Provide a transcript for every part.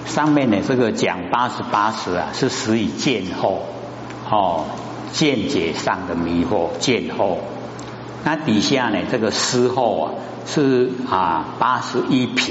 上面呢这个讲80啊，是始以见惑，见解上的迷惑见惑。那底下呢这个思惑啊是81品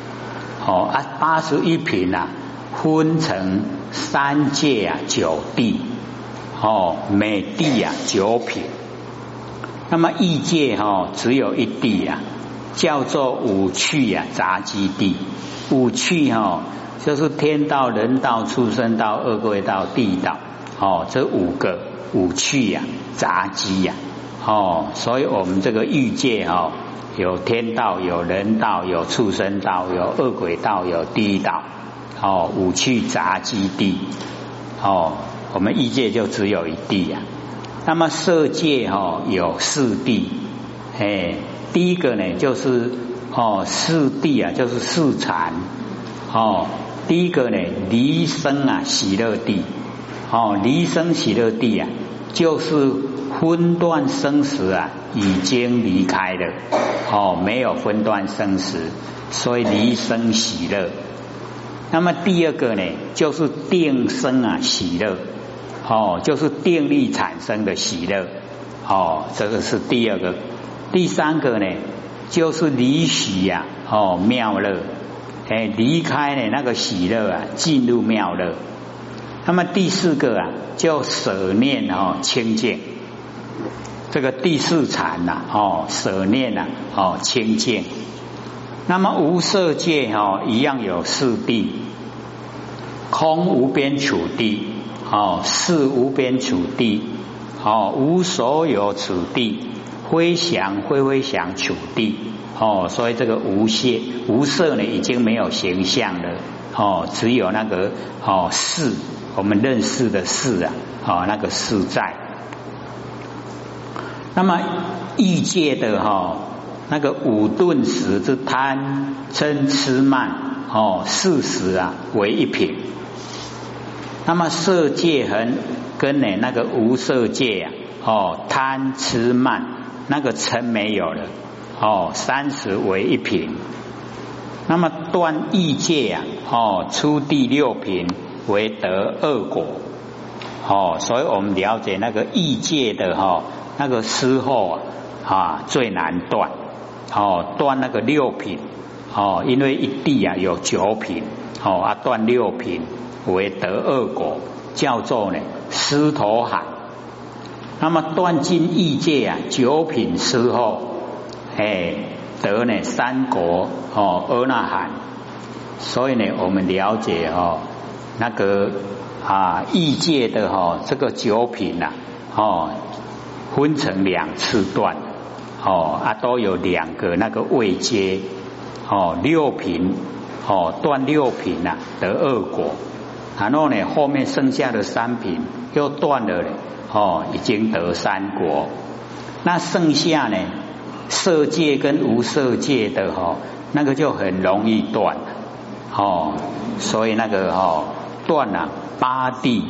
，81品啊分成3界啊9地，每地啊9品。那么异界只有一地啊，叫做五趣啊杂基地。五趣就是天道、人道、畜生道、恶鬼道、地道，这5个五趣啊杂基啊，所以我们这个欲界有天道、有人道、有畜生道、有恶鬼道、有地道，五趣杂基地，我们异界就只有一地啊。那么色界有4地，第一个呢就是4地啊，就是4禅，第一个呢离生啊喜乐地，离生喜乐地啊，就是分段生死啊已经离开了，没有分段生死，所以离生喜乐。那么第二个呢就是定生啊喜乐，就是定力产生的喜乐，这个是第二个。第三个呢就是离喜啊，妙乐，离开呢那个喜乐啊，进入妙乐。那么第4个啊就舍念清净，这个第4禅呐，舍念呐，清净。那么无色界一样有4地，空无边处地，是无边处地，无所有处地，非想非非想处地，所以这个无色呢已经没有形象了，只有那个识，我们认识的识啊，那个识在。那么异界的那个五顿识之贪嗔痴慢四识啊为一品。那么色界跟那个无色界贪痴慢那个嗔没有了，3识为一品。那么断异界出第6品为得2果，所以我们了解那个异界的那个思惑最难断，断那个6品，因为一地有9品，断6品为得2果，叫做呢狮头海。那么断尽异界9品之后，得呢3果阿那含。所以呢我们了解那个异界的这个9品分成2次断，都有2个那个位阶，6品断6品得2果，然后呢后面剩下的3品又断了已经得3果。那剩下呢色界跟无色界的那个就很容易断，所以那个断8地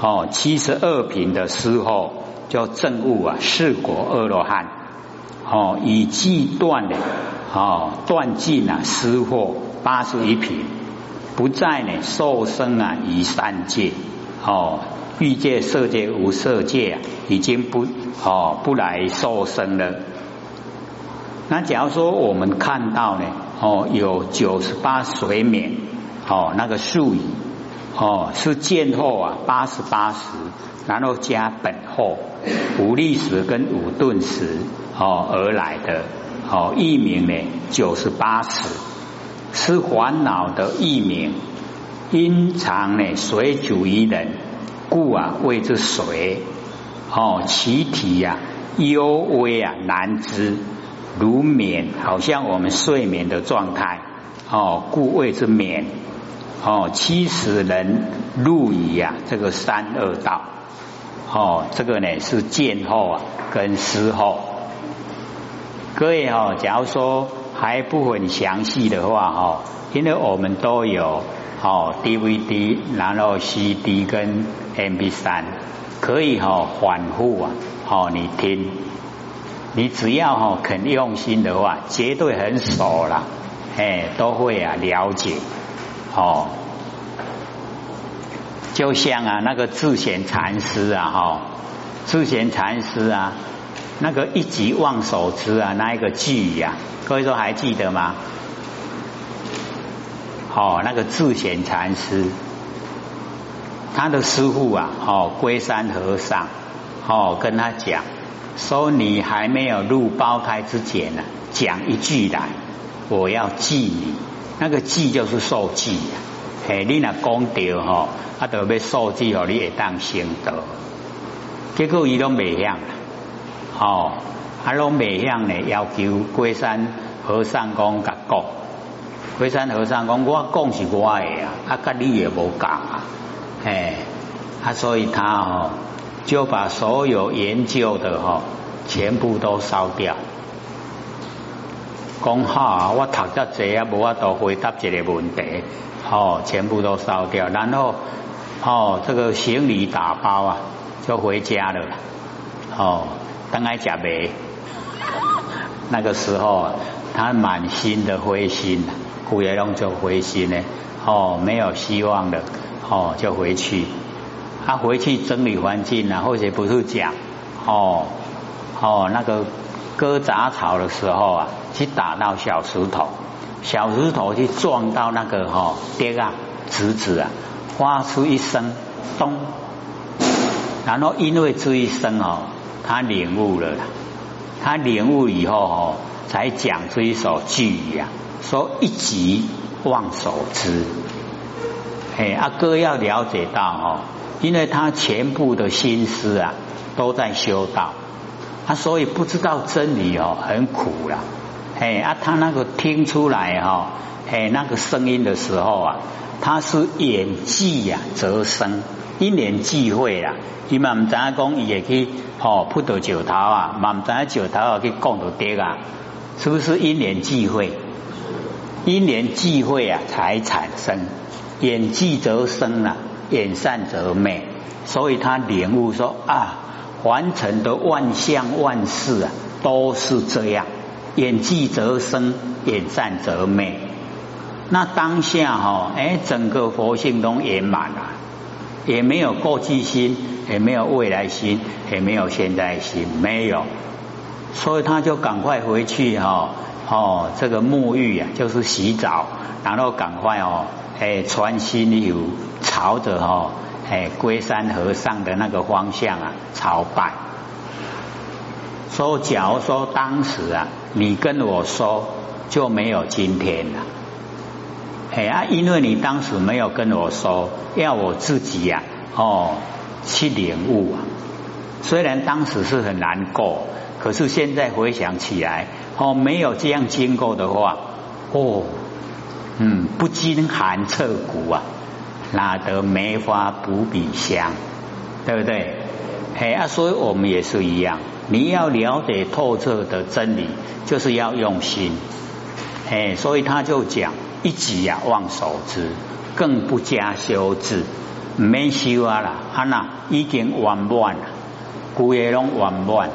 72品的时候就证悟4果阿罗汉，以计断的断尽思惑81品，不再呢受生于3界，欲界、色界、无色界已经不来受生了。那假如说我们看到呢有98随眠那个数语是见惑88识，然后加本惑五力识跟五顿识而来的译名呢98识，是烦恼的译名，因常呢随主于人，故谓之随，其体幽微难知，如眠，好像我们睡眠的状态，故谓之眠。七十人入于这个三恶道，这个呢是见惑跟思惑。各位假如说还不很详细的话因为我们都有DVD， 然后 CD 跟 MP3， 可以反复你听，你只要肯用心的话，绝对很熟啦，都会了解就像那个智显禅师智显禅师那个一级忘手之那一个句各位都还记得吗？那个智显禅师，他的师父龟山和尚跟他讲说，你还没有入包开之前讲一句来，我要记你。那个记就是受记你若讲到就要受记你会当成道。结果伊拢袂晓拢袂晓呢，要求龟山和尚讲甲讲。龟山和尚讲，我讲是我的甲你也无讲所以他就把所有研究的全部都烧掉。讲好我读得济无法度回答这个问题全部都烧掉，然后这个行李打包就回家了等来吃饭。那个时候他满心的灰心，古爷龙就灰心呢没有希望了就回去。他回去整理环境或者不是讲那个割杂草的时候去打到小石头，小石头去撞到那个碟竹子发出一声咚，然后因为这一声他领悟了，他领悟以后才讲这一首句说一级忘手之。哥要了解到因为他全部的心思都在修道所以不知道真理很苦啦。他那个听出来那个声音的时候他是演技则生，因缘际会伊嘛唔知影讲伊会去扑到石头嘛唔知影石头去讲到碟是不是因缘际会？因缘际会才产生，演技则生演善则美。所以他领悟说凡尘的万象万事都是这样，演技则生，演善则美。那当下整个佛性都圆满了，也没有过去心，也没有未来心，也没有现在心，没有。所以他就赶快回去这个沐浴就是洗澡，然后赶快传心以后朝着龟山和尚的那个方向朝拜。说假如说当时你跟我说就没有今天了。因为你当时没有跟我说，要我自己去领悟虽然当时是很难过，可是现在回想起来没有这样经过的话不禁寒彻骨哪得梅花扑鼻香，对不对？所以我们也是一样，你要了解透彻的真理，就是要用心。所以他就讲一己忘手之，更不加修治，唔免修啦，已经圆满了，故也拢圆满。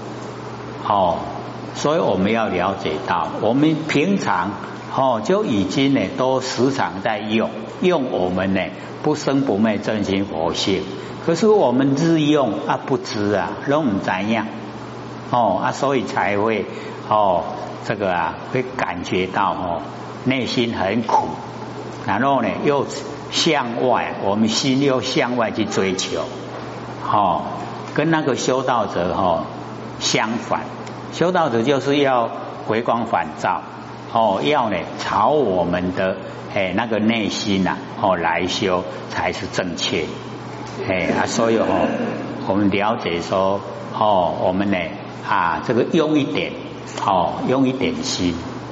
所以我们要了解到，我们平常就已经都时常在用我们不生不灭真心佛性，可是我们日用不知都唔知样所以才会这个会感觉到内心很苦，然后又向外，我们心又向外去追求跟那个修道者相反。修道者就是要回光返照要朝我们的那个内心来修才是正确。所以我们了解说我们这个用一点用一点心。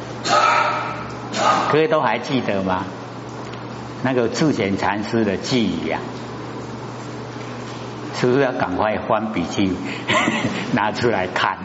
各位都还记得吗？那个智显禅师的记忆是不是要赶快翻笔记拿出来看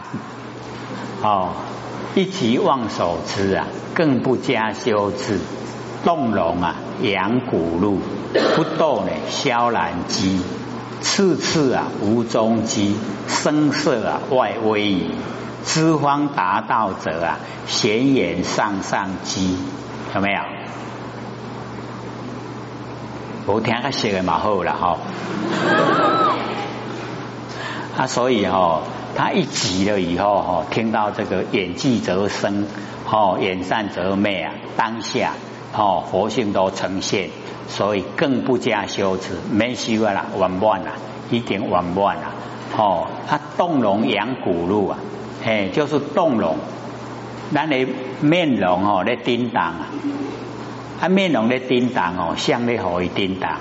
一己忘手之更不加修治，动容扬骨路，不斗萧然机，次次无踪迹，声色外威仪，知方达道者显眼上机，有没有？ 我听个写的蛮好了哈。所以他一急了以后听到这个眼寂则生，眼散则灭啊，当下佛性都呈现，所以更不加修持，没修啦，圆满啦，已经圆满啦。动容扬骨露啊，就是动容，咱的面容在叮当啊，面容在叮当向在何以叮当？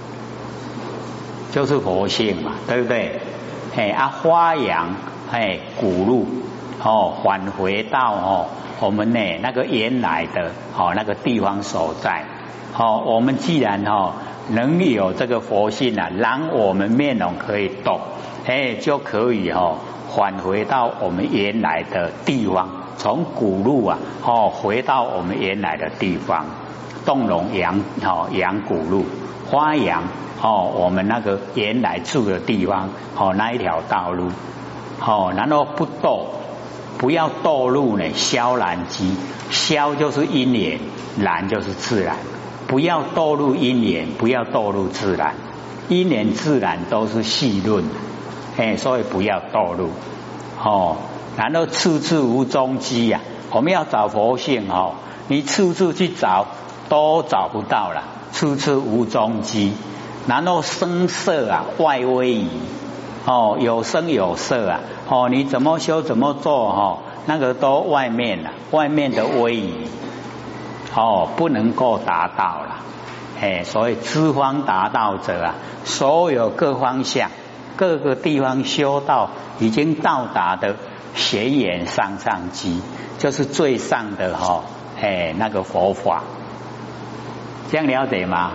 就是佛性嘛，对不对？发扬骨露返回到我们呢那个原来的那个地方所在。我们既然能有这个佛性啊，让我们面容可以动，就可以返回到我们原来的地方，从骨露啊回到我们原来的地方，动容扬骨露，发扬我们那个原来住的地方那一条道路然后不堕，不要堕入呢消然机，消就是因缘，然就是自然，不要堕入因缘，不要堕入自然，因缘自然都是细论，所以不要堕入然后处处无踪迹啊，我们要找佛性你处处去找都找不到了，处处无踪迹。然后声色啊外威仪有声有色啊你怎么修怎么做那个都外面了，外面的威仪不能够达到了所以知方达到者啊，所有各方向各个地方修道已经到达的显眼上机，就是最上的那个佛法，这样了解吗？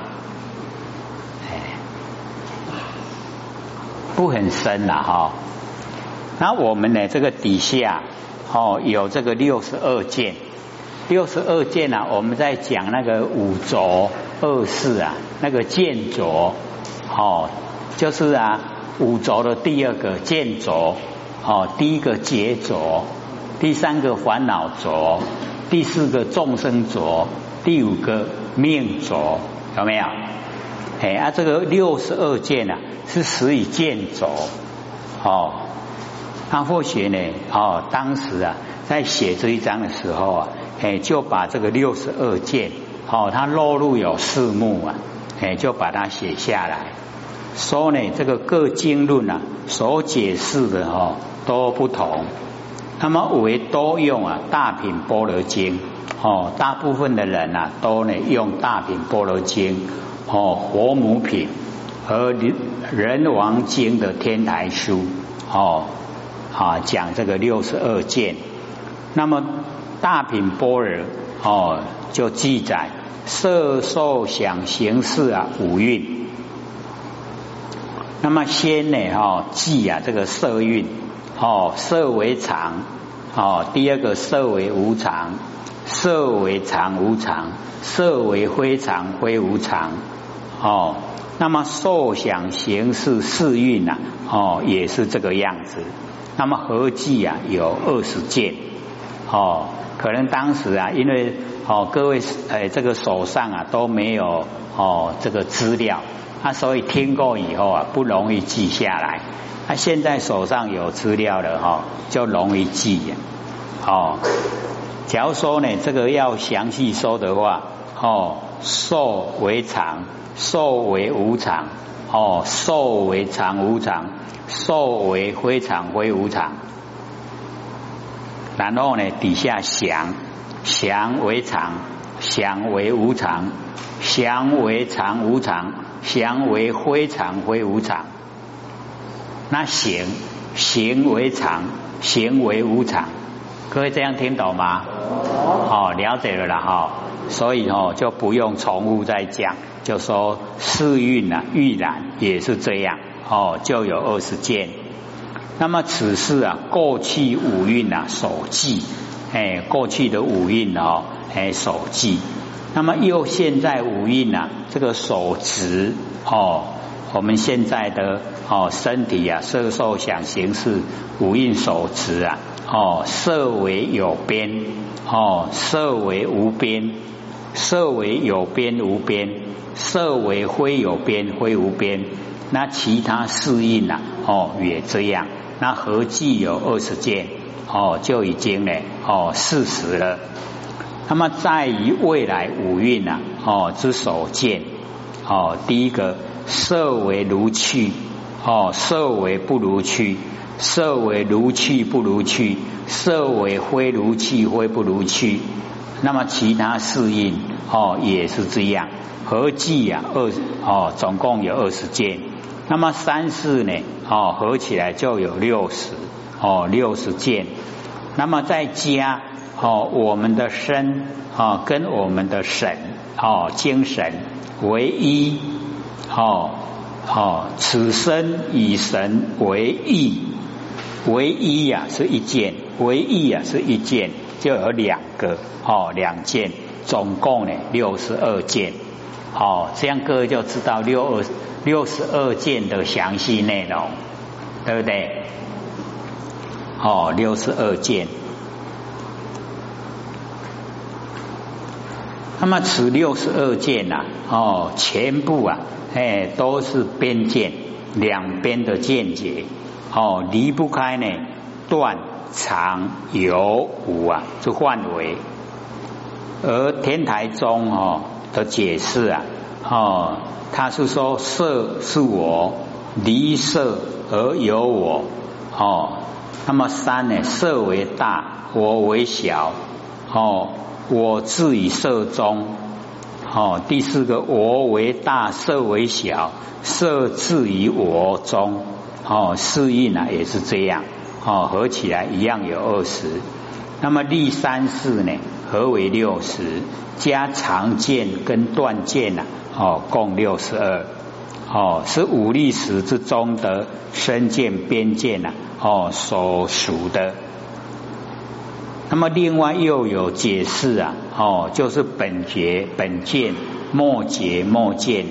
不很深了那我们呢这个底下有这个62件，62件啊，我们在讲那个五浊恶世啊，那个见浊就是啊五浊的第二个见浊第一个劫浊，第三个烦恼浊，第四个众生浊，第五个命浊，有没有？这个62件啊是始以见浊或许呢当时啊在写这一章的时候啊就把这个62件它落入有4目啊就把它写下来，说呢这个各经论啊所解释的都不同，那么为都用大品般若经大部分的人啊都呢用大品般若经佛母品和人王经的天台书讲这个62件。那么大品般若就记载色受想行识啊五蕴。那么先呢记这个色蕴色为常第二个色为无常，色为常无常，色为非常非无常那么受想行识四蕴也是这个样子。那么合计有20件可能当时因为各位这个手上都没有这个资料所以听过以后不容易记下来现在手上有资料了就容易记假如说呢这个要详细说的话受为常，受为无常受为常无常，受为非常非无常，然后呢底下想为常，想为无常，想为常无常，想为非常非无常，那行为常，行为无常，各位这样听懂吗？了解了啦所以就不用重复再讲，就说四蕴欲染也是这样就有20件。那么此事过去五蕴所记过去的五蕴所记，那么又现在五蕴这个所执我们现在的身体色受想行识五蕴所执色为有边色为无边色为有边无边，色为非有边非无边，那其他四印啊也这样，那合计有20件就已经呢40了。那么在于未来五蕴啊之所见第一个色为如去色为不如去，色为如去不如去，色为非如去非不如去，那么其他四印也是这样，合计啊总共有20件，那么3、4呢合起来就有60件，那么再加我们的身跟我们的神精神为一此身以神为一，为一啊是一件，为一啊是一件，就有2个2件，总共呢62件这样各位就知道62件的详细内容，对不对？62件。那么此62件全部都是边见，两边的见解离不开呢断常有无这范围。而天台宗的解释他是说色是我，离色而有我那么3呢，色为大，我为小我自于色中第4个我为大，色为小，色自于我中四印也是这样合起来一样有20。那么立3、4呢合为60，加常见跟断见共62是五力识之中的身见边见所属的。那么另外又有解释就是本觉本见末觉末见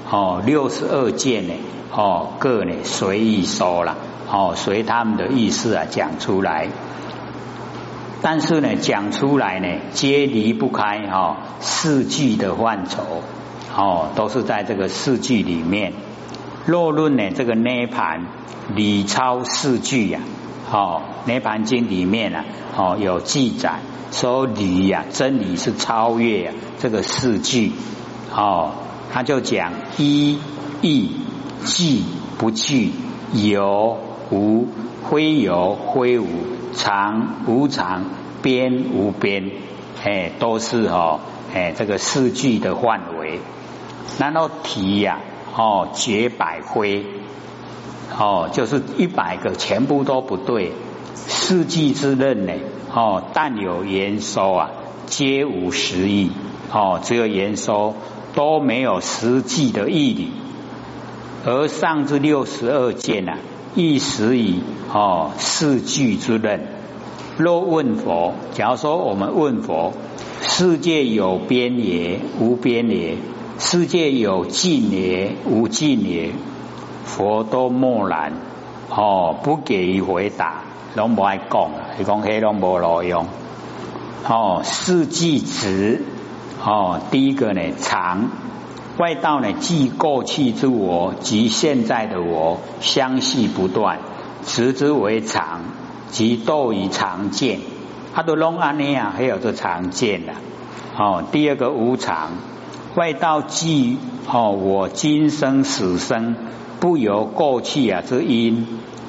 62件呢各呢随意说了随他们的意思讲出来，但是呢讲出来呢皆离不开四句的范畴都是在这个四句里面。若论呢这个涅槃理超四句涅槃经里面有记载说理真理是超越这个四句他就讲一义具不具，有无非有非无，常无常，边无边都是这个四句的范围。然后题绝百非就是100个全部都不对，四句之论呢但有言说皆无实义只有言说，都没有实际的义理。而上至62件亦实以四句之论。若问佛，假如说我们问佛，世界有边也无边也，世界有尽也无尽也，佛都默然不给予回答，拢不爱讲他讲迄拢无路用四句直第一个呢常，外道呢即过去之我及现在的我相续不断，执之为常，即斗于常见都拢安尼还有这常见第二个无常，外道即我今生死生不由过去之因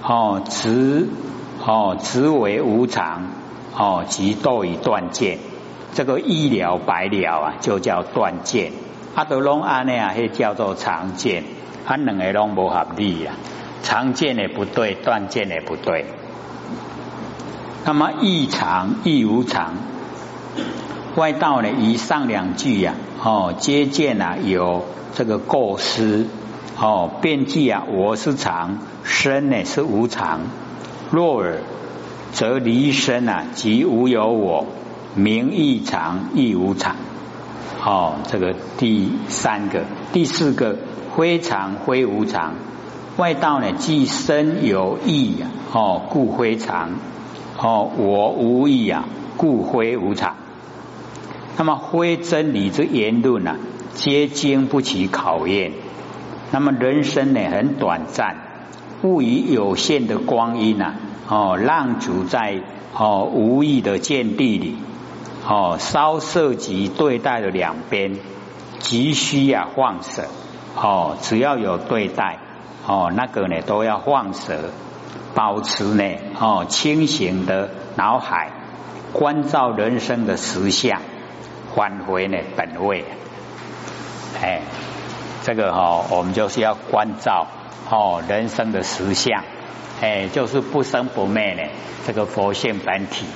执为无常即斗于断见，这个一了百了就叫断见都拢安尼迄叫做常见两个拢不合理常见的不对，断见的不对。那么亦常亦无常，外道呢以上2句皆见有这个构思辩记我是常，身呢是无常，若尔则离身即无有我，名亦常亦无常这个第3个。第4个非常非无常，外道呢即身有义故非常我无义故非无常。 那么非真理之言论啊，皆经不起考验。那么人生呢很短暂，勿以有限的光阴啊，浪足在无意的见地里，稍涉及对待的两边，急需放舍。只要有对待，那个呢都要放舍，保持呢清醒的脑海，关照人生的实相，返回呢本位。这个我们就是要关照人生的实相，就是不生不灭呢这个佛性本体。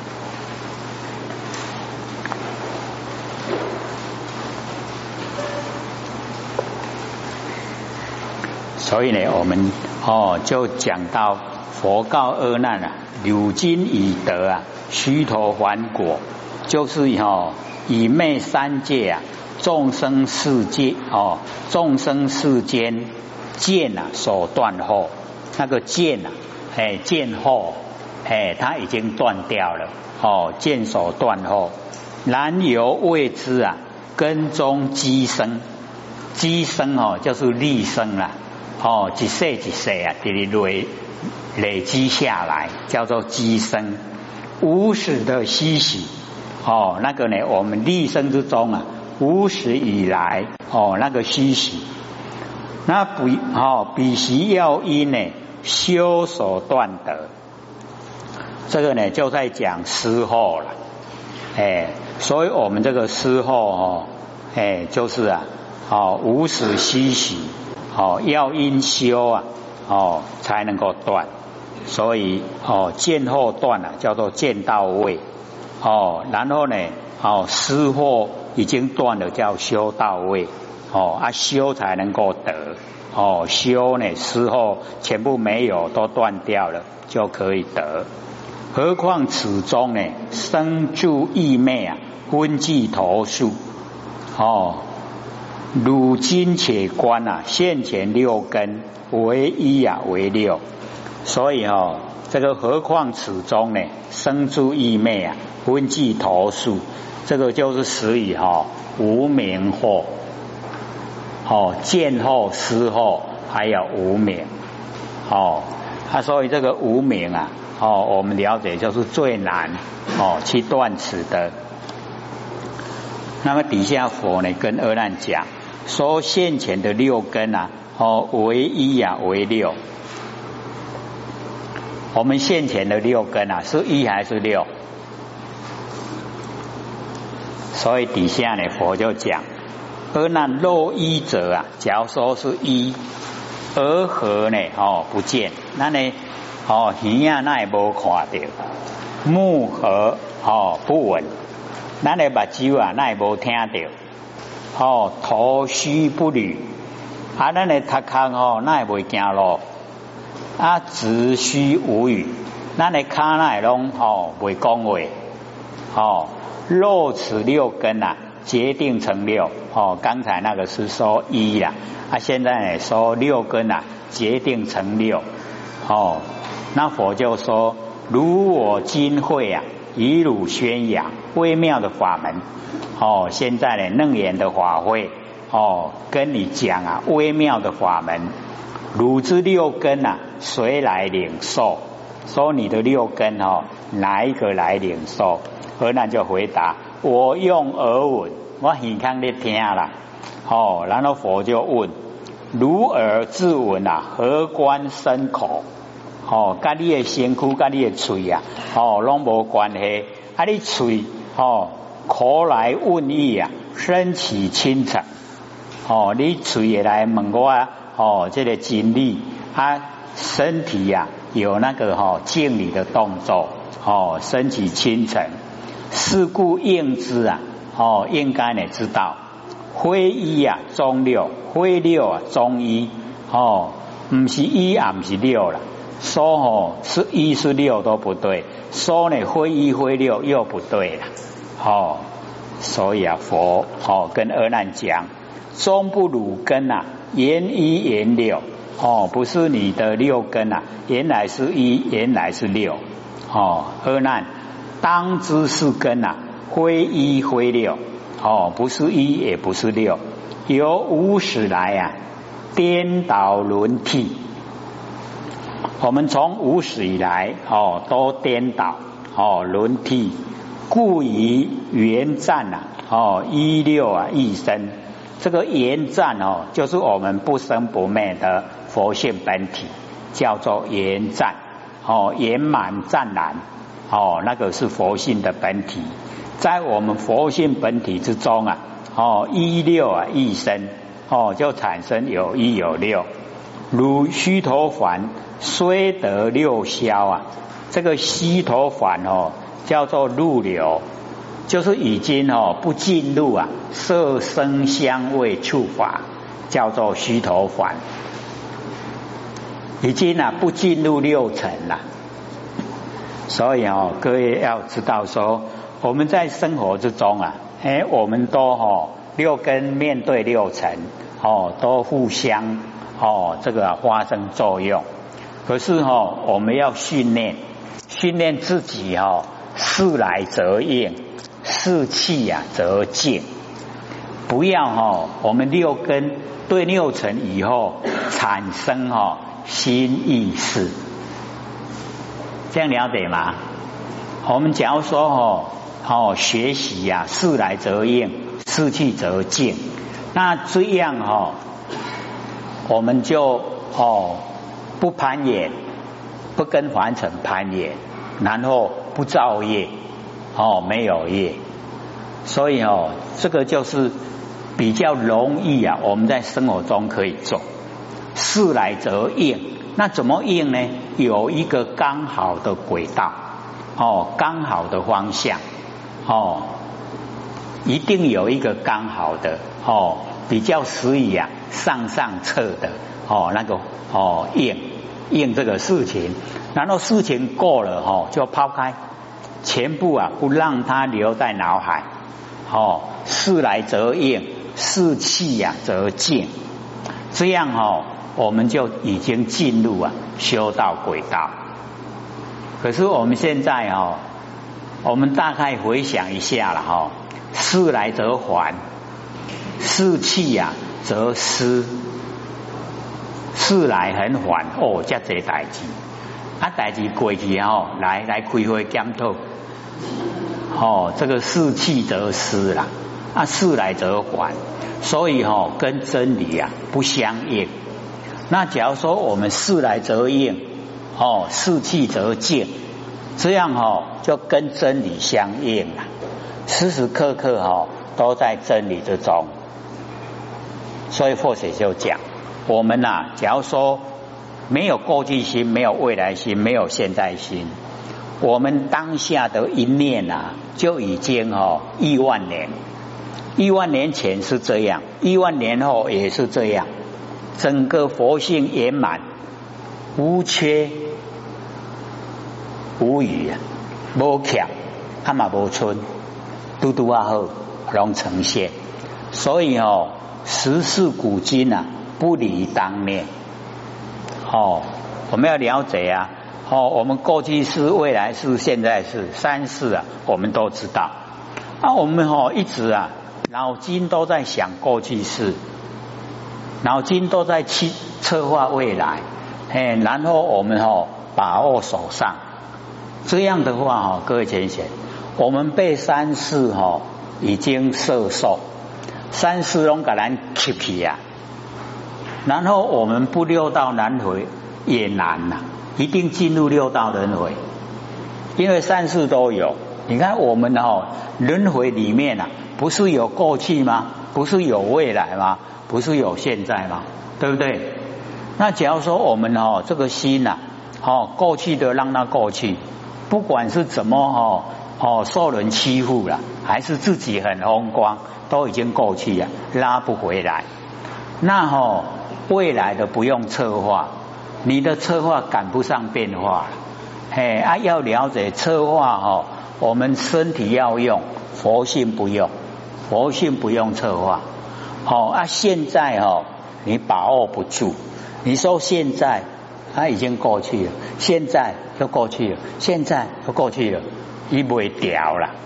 所以呢，我们就讲到佛告阿难啊，汝今已得啊，须陀洹果，就是以灭三界啊。众生世界众生世间见所断后，那个见见后它已经断掉了见所断后，然犹未知啊，根中积生，积生就是利生啦一世一世啊，累积下来，叫做积生，无始的希喜那个呢，我们立生之中啊。无始以来那个虚喜，那彼习要因呢修所断得，这个呢就在讲思后了。所以我们这个思后就是无始虚喜要因修才能够断，所以见后断叫做见到位然后呢思后已经断了，叫修到位修才能够得修呢思后全部没有都断掉了，就可以得。何况此中呢生住意昧分际头数汝今且观现前六根为一为六，所以这个何况此中呢生住意昧分际头数，这个就是始于无明后见后思后还有无明所以这个无明我们了解就是最难去断此的。那么底下佛呢跟阿难讲说，现前的六根为一为六，我们现前的六根是一还是六？所以底下呢佛就讲，阿难若一者假如说是一，而何呢不见，那呢耳那也无看到，目何不闻，咱的目睭那也无听到头须不履咱的头壳那也袂行路子虚无语，咱的脚那也拢袂讲话若此六根决定成六刚才那个是说一啦现在呢说六根决定成六那佛就说，如我今会以汝宣扬微妙的法门现在呢楞严的法会跟你讲微妙的法门，汝之六根谁来领受？说你的六根哪一个来领受？阿难就回答，我用耳闻，我耳康在听啦然后佛就问，如耳自闻何关身口跟你的身躯跟你的嘴拢无关系你嘴口来问意身起亲诚你嘴也来问我这个经历身体有那个敬礼的动作身起亲诚，是故应知应该呢知道，非一中六，非六中一不是一不是六了，说是一是六都不对，说呢非一非六又不对了所以佛跟阿难讲，终不汝根言一言六不是你的六根原来是一，原来是六阿难当知是根非一非六，不是一也不是六，由无始来啊，颠倒轮替。我们从无始以来都颠倒轮替，故以缘占一六一生。这个缘占就是我们不生不灭的佛性本体，叫做缘占圆满湛然那个是佛性的本体。在我们佛性本体之中啊一六一生就产生有一有六。如须陀洹虽得六消啊，这个须陀洹叫做入流，就是已经不进入色声香味触法，叫做须陀洹，已经不进入六尘了。所以各位要知道说，我们在生活之中我们都六根面对六尘都互相这个发生作用。可是我们要训练自己事来则应，事去则静。不要我们六根对六尘以后产生新意识，这样了解吗？我们假如说学习事来则应，事去则静，那这样我们就不攀岩，不跟凡尘攀岩，然后不造业没有业。所以这个就是比较容易我们在生活中可以做。事来则应，那怎么应呢？有一个刚好的轨道刚好的方向一定有一个刚好的比较适宜上策的那个应这个事情，然后事情过了就抛开，全部不让它留在脑海事来则应，事去则静，这样我们就已经进入修道轨道。可是我们现在我们大概回想一下了事来则还，事去则失。事来很缓这多代志代志过去来开会检讨这个事去则失啦事来则还，所以跟真理不相应。那假如说我们事来则应事去则静，这样就跟真理相应了，时时刻刻都在真理之中。所以或者就讲我们假如说没有过去心，没有未来心，没有现在心，我们当下的一念就已经亿万年，1万年前是这样，1万年后也是这样，整个佛性圆满，无缺无余无欠嘛无春，嘟嘟好拢呈现。所以时事古今不离当念我们要了解我们过去式、未来式、现在式、三世我们都知道我们一直脑筋都在想过去式，脑筋都在去策划未来然后我们把握手上。这样的话各位浅显，我们被三世已经摄受，三世拢给咱吸去然后我们不六道轮回也难一定进入六道轮回，因为三世都有。你看我们轮回里面不是有过去吗？不是有未来吗？不是有现在吗？对不对？那假如说我们这个心过去的让它过去，不管是怎么受人欺负了，还是自己很风光，都已经过去了，拉不回来。那未来的不用策划，你的策划赶不上变化了要了解策划我们身体要用，佛性不用，佛性不用策划现在你把握不住，你说现在已经过去了，现在就过去了，现在就过去了，你不会掉了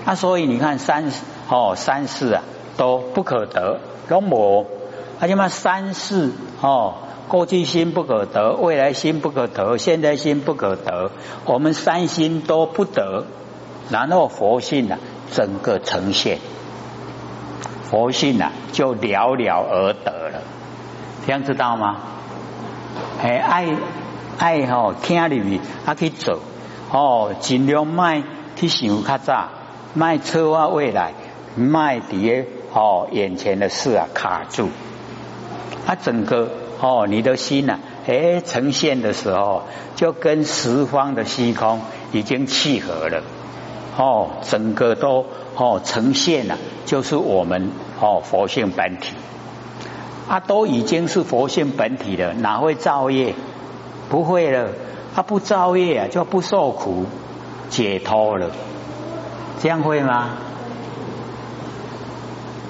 所以你看三世啊都不可得，都没。且嘛三世过去心不可得，未来心不可得，现在心不可得，我们三心都不得，然后佛性啊整个呈现，佛性啊就了了而得了，这样知道吗？爱听入去去做尽量卖去想较早，卖策划未来，卖伫眼前的事啊卡住，整个你的心啊呈现的时候，就跟十方的虚空已经契合了，整个都呈现了，就是我们佛性本体都已经是佛性本体了，哪会造业？不会了，不造业就不受苦，解脱了，这样会吗？